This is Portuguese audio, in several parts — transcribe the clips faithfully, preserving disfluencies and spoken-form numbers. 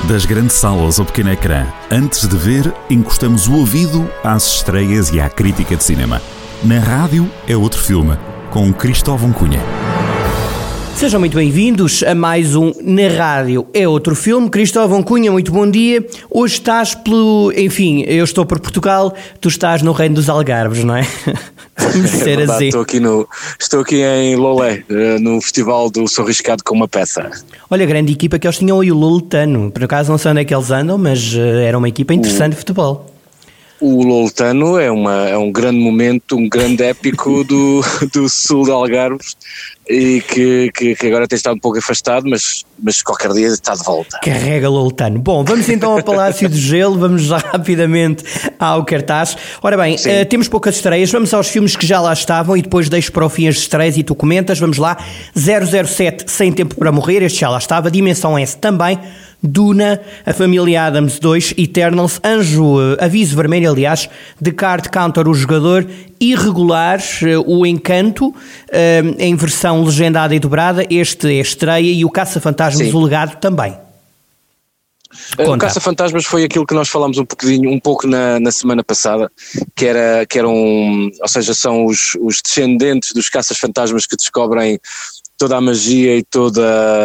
Das grandes salas ao pequeno ecrã, antes de ver, encostamos o ouvido às estreias e à crítica de cinema. Na rádio é outro filme, com Cristóvão Cunha. Sejam muito bem-vindos a mais um Na Rádio é Outro Filme. Cristóvão Cunha, muito bom dia. Hoje estás pelo... Enfim, eu estou por Portugal, tu estás no Reino dos Algarves, não é? Vamos ser é verdade, assim. Estou aqui, no, estou aqui em Lolé, no Festival do Sou Riscado com uma peça. Olha, grande equipa que eles tinham aí, o Loletano. Por acaso não sei onde é que eles andam, mas uh, era uma equipa interessante de futebol. O Loletano é, uma, é um grande momento, um grande épico do, do sul de Algarves e que, que, que agora tem estado um pouco afastado, mas, mas qualquer dia está de volta. Carrega Loletano. Bom, vamos então ao Palácio do Gelo, vamos já rapidamente ao cartaz. Ora bem, uh, temos poucas estreias, vamos aos filmes que já lá estavam e depois deixo para o fim as estreias e tu comentas. Vamos lá, zero zero sete, Sem Tempo para Morrer, este já lá estava, Dimensão S também, Duna, A Família Adams dois, Eternals, Anjo, Aviso Vermelho, aliás, The Card Counter, O Jogador, Irregular, O Encanto, em versão legendada e dobrada, este é a estreia, e o Caça-Fantasmas, O Legado também. Conta. O Caça-Fantasmas foi aquilo que nós falámos um pouquinho, um pouco na, na semana passada, que era, que eram, ou seja, são os, os descendentes dos Caças-Fantasmas que descobrem toda a magia e toda,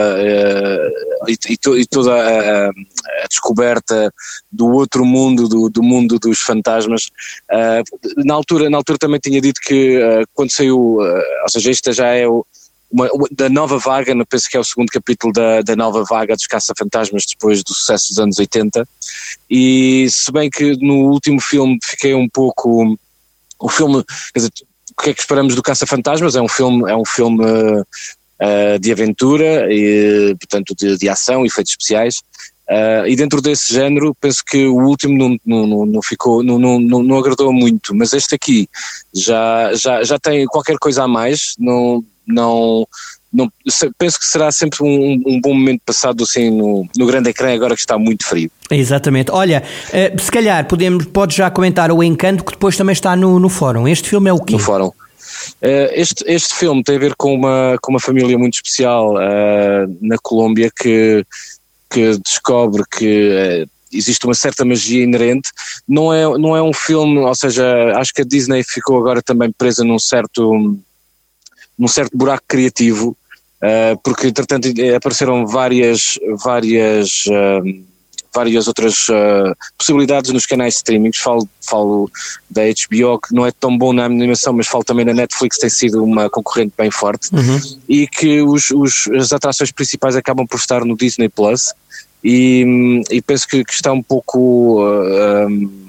uh, e, e, to, e toda a, a descoberta do outro mundo, do, do mundo dos fantasmas. Uh, na, altura, na altura também tinha dito que uh, quando saiu, uh, ou seja, esta já é o, uma, da nova vaga, não penso que é o segundo capítulo da, da nova vaga dos Caça-Fantasmas depois do sucesso dos anos oitenta, e se bem que no último filme fiquei um pouco, o filme, quer dizer, o que é que esperamos do Caça-Fantasmas? É um filme, é um filme uh, Uh, de aventura, e, portanto de, de ação e efeitos especiais, uh, e dentro desse género penso que o último não, não, não ficou, não, não, não agradou muito, mas este aqui já, já, já tem qualquer coisa a mais, não, não, não, penso que será sempre um, um bom momento passado assim no, no grande ecrã agora que está muito frio. Exatamente. Olha, uh, se calhar podemos, podes já comentar O Encanto, que depois também está no, no fórum. Este filme é o quê? No fórum. Uh, este, este filme tem a ver com uma, com uma família muito especial uh, na Colômbia que, que descobre que uh, existe uma certa magia inerente. Não é, não é um filme, ou seja, acho que a Disney ficou agora também presa num certo, num certo buraco criativo, uh, porque entretanto apareceram várias, várias uh, várias outras uh, possibilidades nos canais de streaming. Falo, falo da H B O, que não é tão bom na animação, mas falo também da Netflix, tem sido uma concorrente bem forte, uhum. E que os, os, as atrações principais acabam por estar no Disney Plus, e, e penso que, que está um pouco uh,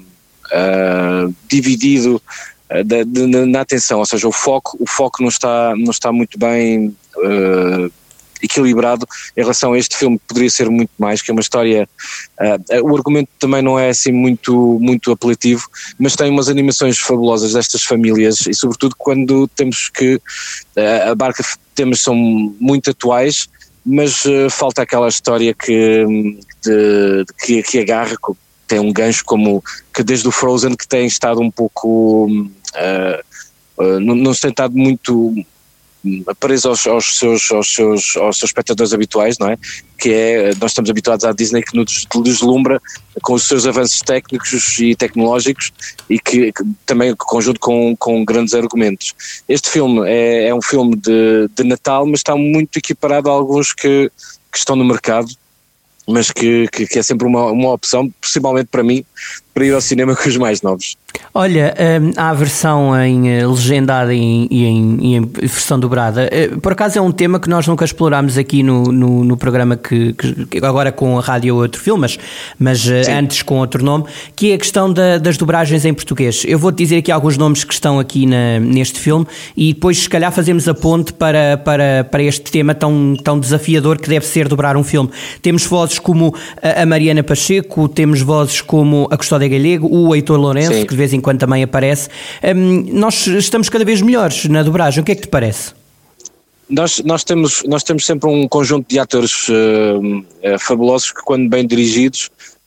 uh, dividido uh, de, de, na atenção, ou seja, o foco, o foco não está, não está muito bem uh, equilibrado em relação a este filme, que poderia ser muito mais, que é uma história, uh, o argumento também não é assim muito, muito apelativo, mas tem umas animações fabulosas destas famílias, e sobretudo quando temos que, uh, abarca temas que são muito atuais, mas uh, falta aquela história que, de, de, que, que agarra, tem um gancho como que desde o Frozen, que tem estado um pouco, uh, uh, não, não se tem estado muito preso aos, aos, seus, aos, seus, aos seus espectadores habituais, não é? Que é, nós estamos habituados à Disney, que nos deslumbra com os seus avanços técnicos e tecnológicos, e que, que também conjunto com, com grandes argumentos. Este filme é, é um filme de, de Natal, mas está muito equiparado a alguns que, que estão no mercado, mas que, que, que é sempre uma, uma opção, principalmente para mim, para ir ao cinema com os mais novos. Olha, há a versão em legendada e em, e em, e em versão dobrada. Por acaso é um tema que nós nunca explorámos aqui no, no, no programa, que, que agora com a rádio outro filme, mas, mas antes com outro nome, que é a questão da, das dobragens em português. Eu vou-te dizer aqui alguns nomes que estão aqui na, neste filme, e depois se calhar fazemos a ponte para, para, para este tema tão, tão desafiador que deve ser dobrar um filme. Temos vozes como a Mariana Pacheco, temos vozes como a Custódia Galego, o Heitor Lourenço, Sim. que de vez em quando também aparece. Um, nós estamos cada vez melhores na dobragem, o que é que te parece? Nós, nós, temos, nós temos sempre um conjunto de atores uh, uh, fabulosos que, quando bem dirigidos,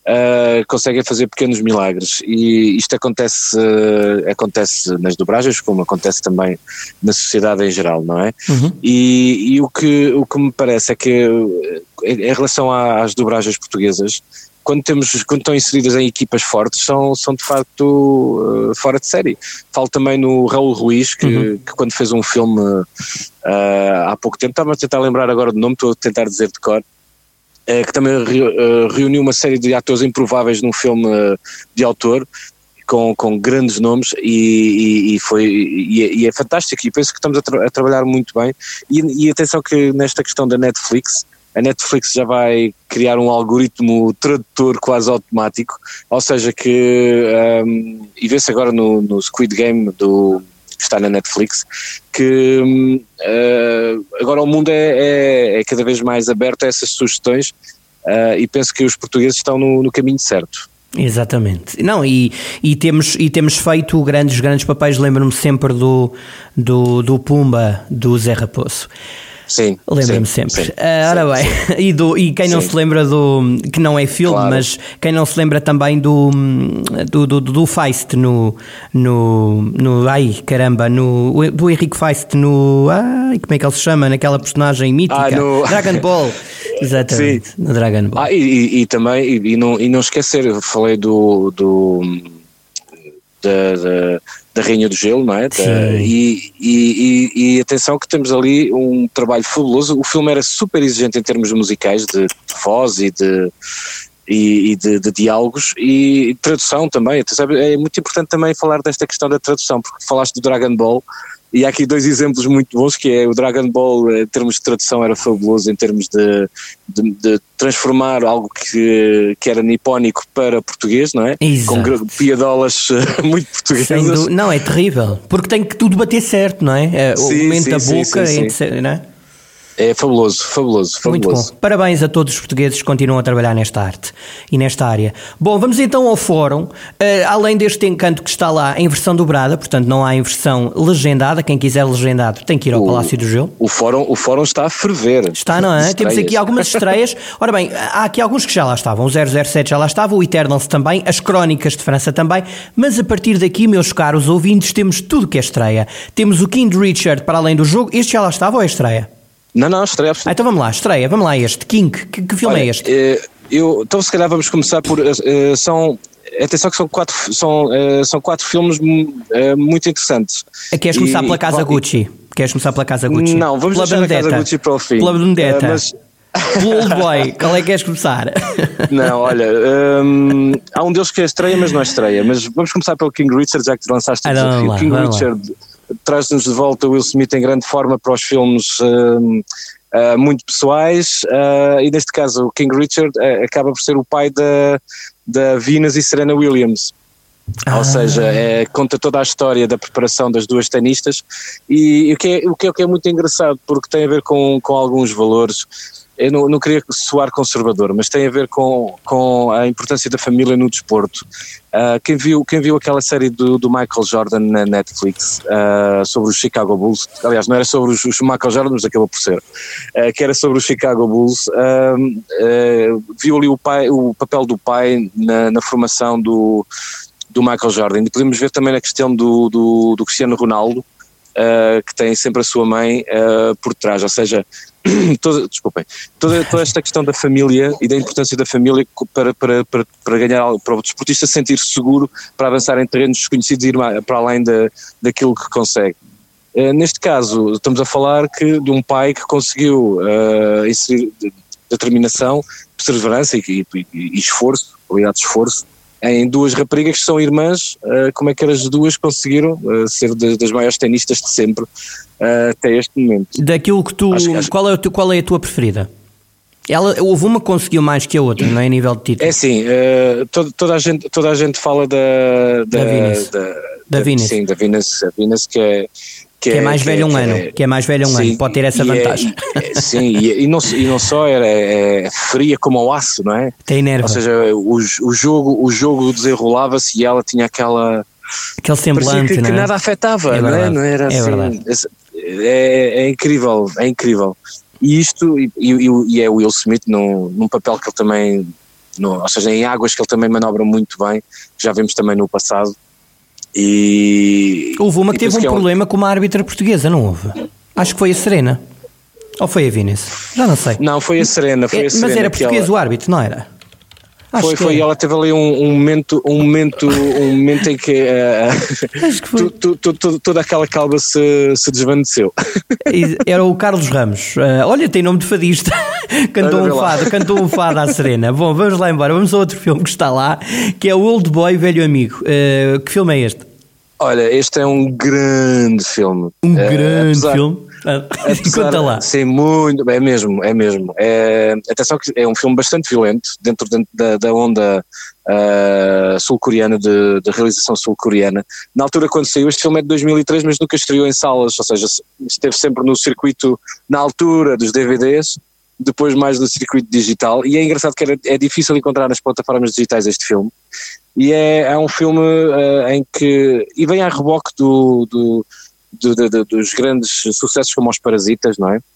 uh, conseguem fazer pequenos milagres, e isto acontece, uh, acontece nas dobragens, como acontece também na sociedade em geral, não é? Uhum. E, e o, que, o que me parece é que, em relação às dobragens portuguesas, quando, temos, quando estão inseridas em equipas fortes, são, são de facto uh, fora de série. Falo também no Raul Ruiz, que, uhum. que quando fez um filme uh, há pouco tempo, estava a tentar lembrar agora do nome, estou a tentar dizer de cor, uh, que também re, uh, reuniu uma série de atores improváveis num filme uh, de autor, com, com grandes nomes, e, e, e, foi, e, e é fantástico, e penso que estamos a, tra- a trabalhar muito bem, e, e atenção que nesta questão da Netflix, a Netflix já vai criar um algoritmo tradutor quase automático, ou seja que, um, e vê-se agora no, no Squid Game do, que está na Netflix, que uh, agora o mundo é, é, é cada vez mais aberto a essas sugestões, uh, e penso que os portugueses estão no, no caminho certo. Exatamente. Não, e, e, temos, e temos feito grandes, grandes papéis, lembro-me sempre do, do, do Pumba, do Zé Raposo. Sim, lembro-me sim, sempre. Sim, uh, ora bem, sim. E, do, e quem não sim. se lembra do, que não é filme, claro. Mas quem não se lembra também do do, do, do Feist no, no, no ai caramba, no, do Henrique Feist no, ai, como é que ele se chama, naquela personagem mítica, ah, no... Dragon Ball. Exatamente, sim. No Dragon Ball. Ah, e, e, e também, e, e, não, e não esquecer, eu falei do, do da, da, da Rainha do Gelo, não é? Da, e, e, e, e atenção que temos ali um trabalho fabuloso. O filme era super exigente em termos musicais, de, de voz e de, e, e de, de diálogos, e tradução também. É muito importante também falar desta questão da tradução, porque falaste do Dragon Ball, e há aqui dois exemplos muito bons, que é o Dragon Ball, em termos de tradução era fabuloso, em termos de, de, de transformar algo que, que era nipónico para português, não é? Exato. Com piadolas muito portuguesas. Du- não, é terrível, porque tem que tudo bater certo, não é? é sim, o momento sim, da sim, boca, sim, sim. É, não é? É fabuloso, fabuloso, fabuloso. Muito bom. Parabéns a todos os portugueses que continuam a trabalhar nesta arte e nesta área. Bom, vamos então ao fórum. Uh, além deste encanto que está lá em versão dobrada, portanto não há em versão legendada, quem quiser legendado tem que ir ao o, Palácio do Gelo. O fórum, o fórum está a ferver. Está, não é? Temos aqui algumas estreias. Ora bem, há aqui alguns que já lá estavam. O zero zero sete já lá estava, o Eternals também, as Crónicas de França também, mas a partir daqui, meus caros ouvintes, temos tudo que é estreia. Temos o King Richard para além do jogo. Este já lá estava ou é estreia? Não, não, estreia. Ah, então vamos lá, estreia, vamos lá este, King, que, que filme Olha, é este? Eu, então se calhar vamos começar por, uh, são, atenção que são quatro, são, uh, são quatro filmes uh, muito interessantes. Queres começar e, pela Casa e, Gucci? Queres começar pela Casa Gucci? Não, vamos pela deixar Vendetta. A Casa Gucci para o fim. Pela Vendetta. Uh, mas... Pelo Old Boy, qual é que queres começar? Não, olha, um, há um deles que é estreia, mas não é estreia, mas vamos começar pelo King Richard, já que lançaste o desafio. King Richard traz-nos de volta o Will Smith em grande forma para os filmes um, uh, muito pessoais, uh, e neste caso o King Richard uh, acaba por ser o pai da, da Venus e Serena Williams. Ah. Ou seja, é, conta toda a história da preparação das duas tenistas, e o que é, o que é, o que é muito engraçado, porque tem a ver com, com alguns valores. Eu não, não queria soar conservador, mas tem a ver com, com a importância da família no desporto. Uh, quem, viu, quem viu aquela série do, do Michael Jordan na Netflix, uh, sobre os Chicago Bulls, aliás não era sobre os, os Michael Jordan, mas acabou por ser, uh, que era sobre os Chicago Bulls, uh, uh, viu ali o, pai, o papel do pai na, na formação do, do Michael Jordan. E podemos ver também a questão do, do, do Cristiano Ronaldo, uh, que tem sempre a sua mãe uh, por trás, ou seja, Toda, desculpem, toda, toda esta questão da família e da importância da família para, para, para, para ganhar, para o desportista sentir-se seguro para avançar em terrenos desconhecidos e ir para além da, daquilo que consegue. Uh, neste caso, estamos a falar que, de um pai que conseguiu uh, inserir determinação, perseverança e, e, e esforço, qualidade de esforço, em duas raparigas que são irmãs. Uh, como é que as duas conseguiram uh, ser de, das maiores tenistas de sempre uh, até este momento? Daquilo que tu, acho, acho... Qual, é, qual é a tua preferida? Ela, houve uma que conseguiu mais que a outra, não é, a nível de título? É assim, uh, toda, toda, a gente, toda a gente fala da da, da Venus, da, da, da Venus. Sim, da Venus, a Venus que é que, que é mais velha um ano, é, que é mais velha um sim, ano, pode ter essa vantagem. É, é, sim, e, e, não, e não só era é fria como o aço, não é? Tem nervo. Ou seja, o, o jogo, o jogo desenrolava-se e ela tinha aquela aquele semblante, que, não é? que nada afetava, é não é? Não era é assim, verdade. É, é incrível, é incrível. E isto, e, e, e é o Will Smith num, num papel que ele também no, ou seja, em águas que ele também manobra muito bem, que já vimos também no passado. E houve uma que e teve um que é problema com uma árbitra portuguesa, não houve? Acho que foi a Serena. Ou foi a Venus? Já não sei. Não, foi a Serena. Foi é, a Serena mas era português ela... o árbitro, não era? Acho foi, que foi. era. Ela teve ali um, um momento, um momento, um momento em que, uh, Acho que foi. tu, tu, tu, toda aquela calma se, se desvaneceu. Era o Carlos Ramos. Uh, olha, tem nome de fadista. Cantou um fado, cantou um fado à Serena. Bom, vamos lá embora. Vamos a outro filme que está lá, que é o Old Boy, Velho Amigo. Uh, que filme é este? Olha, este é um grande filme. Um uh, grande apesar, filme? Ah, apesar, conta lá. Sim, muito. É mesmo, é mesmo. É, atenção que é um filme bastante violento, dentro, dentro da, da onda uh, sul-coreana, de, de realização sul-coreana. Na altura, quando saiu, este filme é de dois mil e três, mas nunca estreou em salas, ou seja, esteve sempre no circuito, na altura dos D V Ds, depois mais no circuito digital, e é engraçado que era, é difícil encontrar nas plataformas digitais este filme. E é, é um filme uh, em que, e vem a reboque do, do, do, do, do, dos grandes sucessos como Os Parasitas, não é?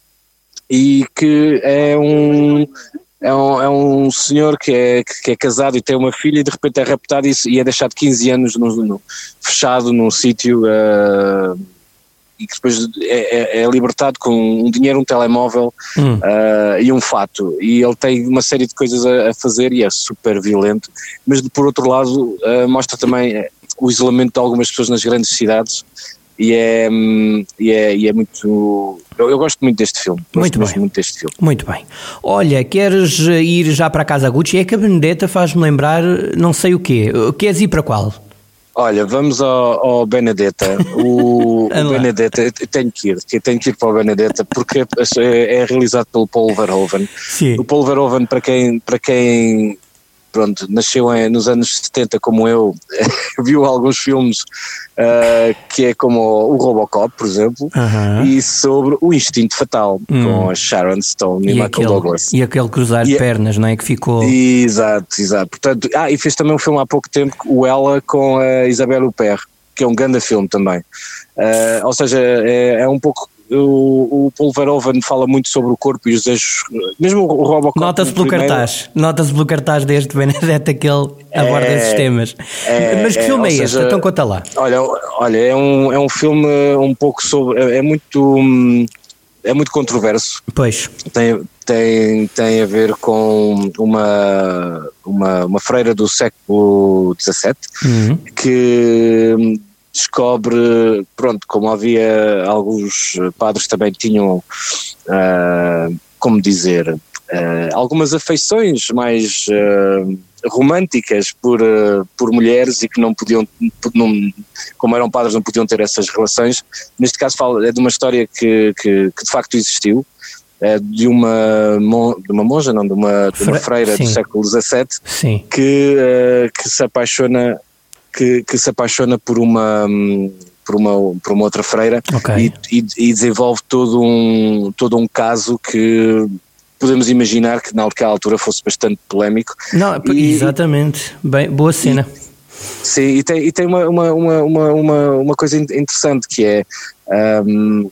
E que é um, é um, é um senhor que é, que é casado e tem uma filha e de repente é raptado e, e é deixado quinze anos no, no, fechado num sítio uh, e que depois é, é, é libertado com um dinheiro, um telemóvel hum. uh, e um fato, e ele tem uma série de coisas a, a fazer e é super violento, mas por outro lado uh, mostra também o isolamento de algumas pessoas nas grandes cidades e é, e é, e é muito, eu, eu gosto muito deste filme, muito gosto bem. muito deste filme. Muito bem. Olha, queres ir já para a Casa Gucci? É que a Benedetta faz-me lembrar não sei o quê, queres ir para qual? Olha, vamos ao, ao Benedetta. O, o Benedetta, eu tenho que ir, eu tenho que ir para o Benedetta porque é, é realizado pelo Paul Verhoeven. Sim. O Paul Verhoeven, para quem, para quem pronto, nasceu em, nos anos setenta como eu, viu alguns filmes uh, que é como o, o Robocop, por exemplo, uh-huh. e sobre o Instinto Fatal, hum. com a Sharon Stone e, e Michael aquele, Douglas. E aquele cruzar de pernas, não é? Que ficou... Exato, exato. Portanto, ah, e fez também um filme há pouco tempo, o Ela, com a Isabelle Huppert, que é um grande filme também. Uh, ou seja, é, é um pouco... O, o Paul Verhoeven fala muito sobre o corpo e os desejos, mesmo o Robocop. Nota-se pelo primeiro, cartaz, nota-se pelo cartaz deste Benedetta que ele aborda é, esses temas. É, Mas que filme é, é este? Então conta lá. Olha, olha é, um, é um filme um pouco sobre. É, é muito. É muito controverso. Pois. Tem, tem, tem a ver com uma, uma, uma freira do século dezassete uhum. que descobre, pronto, como havia alguns padres também tinham, uh, como dizer, uh, algumas afeições mais uh, românticas por, uh, por mulheres e que não podiam, não, como eram padres não podiam ter essas relações. Neste caso fala, é de uma história que, que, que de facto existiu, é de uma, de uma monja, não, de uma, de uma freira Sim. do século dezassete Sim. que, uh, que se apaixona Que, que se apaixona por uma, por uma, por uma outra freira okay. e, e, e desenvolve todo um, todo um caso que podemos imaginar que naquela altura fosse bastante polémico. Não, e, exatamente, bem, boa cena. E, sim, e tem, e tem uma, uma, uma, uma, uma coisa interessante que é um,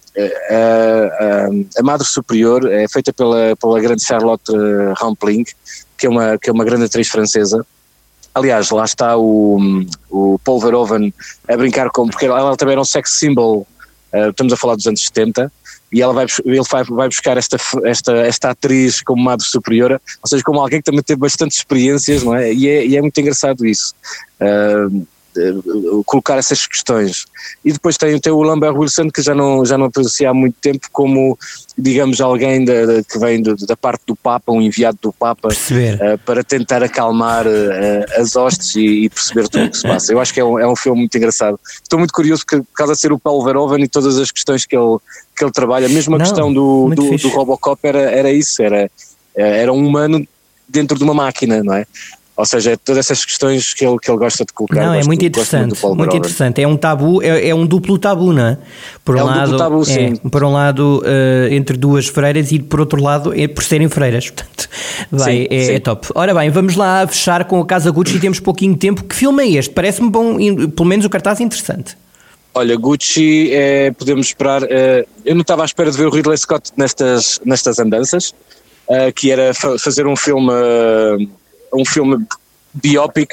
a, a, a Madre Superior é feita pela, pela grande Charlotte Rampling, que é uma, que é uma grande atriz francesa. Aliás, lá está o, o Paul Verhoeven a brincar com, porque ela também era um sex symbol, uh, estamos a falar dos anos setenta, e ela vai, ele vai, vai buscar esta, esta, esta atriz como Madre Superiora, ou seja, como alguém que também teve bastantes experiências, não é? E é, e é muito engraçado isso, uh, uh, colocar essas questões. E depois tem, tem o Lambert Wilson, que já não, já não aparecia há muito tempo, como, digamos, alguém da, da, que vem do, da parte do Papa, um enviado do Papa, uh, para tentar acalmar uh, as hostes e, e perceber tudo o que se passa. Eu acho que é um, é um filme muito engraçado. Estou muito curioso porque, por causa de ser o Paul Verhoeven e todas as questões que ele, que ele trabalha, mesmo a não, questão do, do, do Robocop era, era isso, era, era um humano dentro de uma máquina, não é? Ou seja, todas essas questões que ele, que ele gosta de colocar. Não, é muito interessante, muito, muito interessante. É um tabu, é, é um duplo tabu, não é? Por um, é um lado, duplo tabu, sim. É, por um lado, uh, entre duas freiras e por outro lado, é por serem freiras. Portanto, vai, sim, é, sim. é top. Ora bem, vamos lá fechar com a Casa Gucci e temos pouquinho tempo. Que filme é este? Parece-me bom, pelo menos o cartaz é interessante. Olha, Gucci, é, podemos esperar, é, eu não estava à espera de ver o Ridley Scott nestas, nestas andanças, é, que era fa- fazer um filme... É, um filme biopic,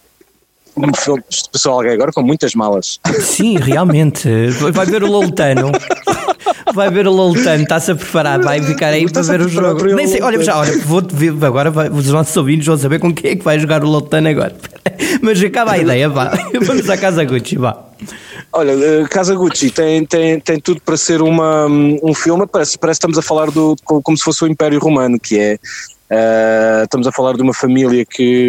um filme, passou alguém agora com muitas malas. Sim, realmente, vai ver o Loltano. Vai ver o Loltano, está-se a preparar, vai ficar aí para ver o jogo. Nem sei, olha, já, olha, vou-te ver agora, vai, os nossos ouvintes vão saber com quem é que vai jogar o Loltano agora. Mas acaba a ideia, vá. Vamos à Casa Gucci, vá. Olha, Casa Gucci tem, tem, tem tudo para ser uma, um filme, parece, parece que estamos a falar do, como se fosse o Império Romano, que é, uh, estamos a falar de uma família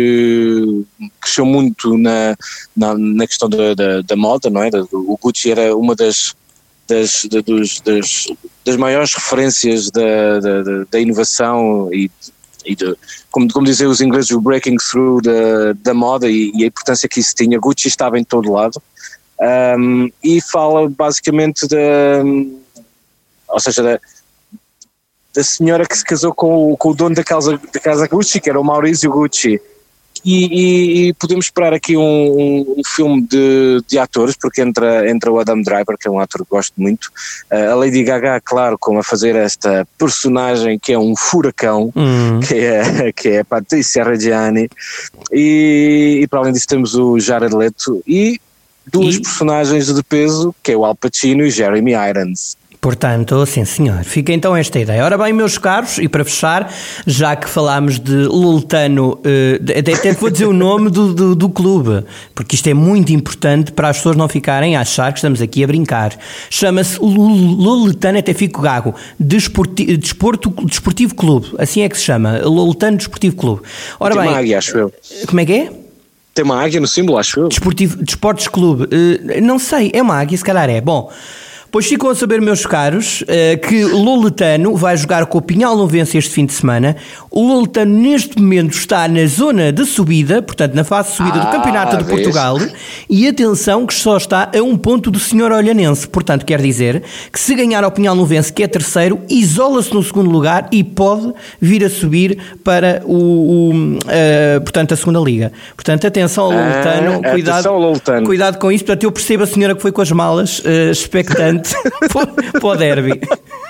que cresceu muito na, na, na questão da, da, da moda, não é? O Gucci era uma das Das, da, dos, das, das maiores referências da, da, da inovação e, e de, como, como dizem os ingleses, o breaking through da, da moda e, e a importância que isso tinha. Gucci estava em todo lado, um, e fala basicamente da, ou seja, da, da senhora que se casou com o, com o dono da casa, da casa Gucci, que era o Maurizio Gucci. E, e, e podemos esperar aqui um, um, um filme de, de atores, porque entra, entra o Adam Driver, que é um ator que gosto muito, uh, a Lady Gaga, claro, como a fazer esta personagem que é um furacão, uhum. que, é, que é a Patrícia Reggiani, e, e para além disso temos o Jared Leto e duas e? personagens de peso, que é o Al Pacino e Jeremy Irons. Portanto, sim senhor, fica então esta ideia. Ora bem, meus caros, e para fechar, já que falámos de Loltano, uh, até, até vou dizer o nome do, do, do clube, porque isto é muito importante para as pessoas não ficarem a achar que estamos aqui a brincar. Chama-se Loltano, até fico gago, Desporti, Desporto, Desportivo Clube, assim é que se chama, Loltano Desportivo Clube. Ora Tem bem, uma águia, acho eu. Como é que é? Tem uma águia no símbolo, acho eu. Desportivo, Desportos Clube, uh, não sei, é uma águia, se calhar é. Bom, pois ficam a saber, meus caros, que o Loltano vai jogar com o Pinhal Novense este fim de semana. O Loltano neste momento está na zona de subida, portanto na fase de subida ah, do Campeonato de vês? Portugal, e atenção que só está a um ponto do senhor Olhanense, portanto quer dizer que se ganhar ao Pinhal Novense, que é terceiro, isola-se no segundo lugar e pode vir a subir para o, o uh, portanto a segunda liga. Portanto atenção ao Loltano, ah, cuidado, atenção ao Loltano. Cuidado com isso. Portanto eu percebo a senhora que foi com as malas, uh, expectante para o derby.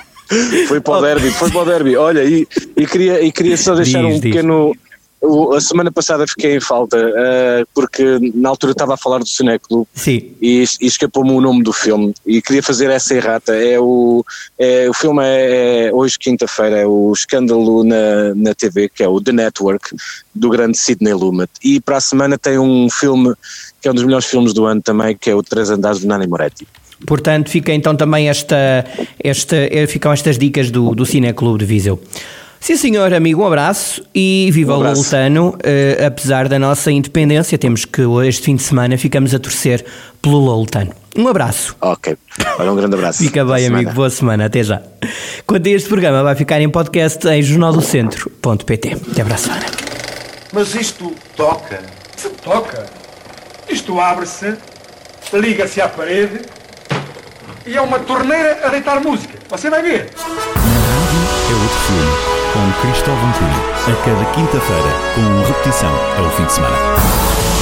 Foi para o derby, foi para o derby. Olha, e, e, queria, e queria só deixar diz, um diz. pequeno. A semana passada fiquei em falta, uh, porque na altura estava a falar do Cineclube e, e escapou-me o nome do filme e queria fazer essa errata. É o, é, o filme é, é hoje, quinta-feira, é o Escândalo na, na T V, que é o The Network, do grande Sidney Lumet. E para a semana tem um filme que é um dos melhores filmes do ano também, que é o Três Andares de Nanni Moretti. Portanto, fica então também esta, esta, ficam estas dicas do, do Cineclube de Viseu. Sim senhor, amigo, um abraço e viva um o Loltano, uh, apesar da nossa independência, temos que este fim de semana ficamos a torcer pelo Loltano. Um abraço. Ok, olha, um grande abraço. Fica bem, amigo, semana. Boa semana, até já. Quanto a este programa, vai ficar em podcast em jornal do centro ponto pt. Até para a semana. Mas isto toca? Se toca. Isto abre-se, liga-se à parede e é uma torneira a deitar música. Você vai ver. É outro filme, com Cristóvão Cunha, a cada quinta-feira, com repetição ao fim de semana.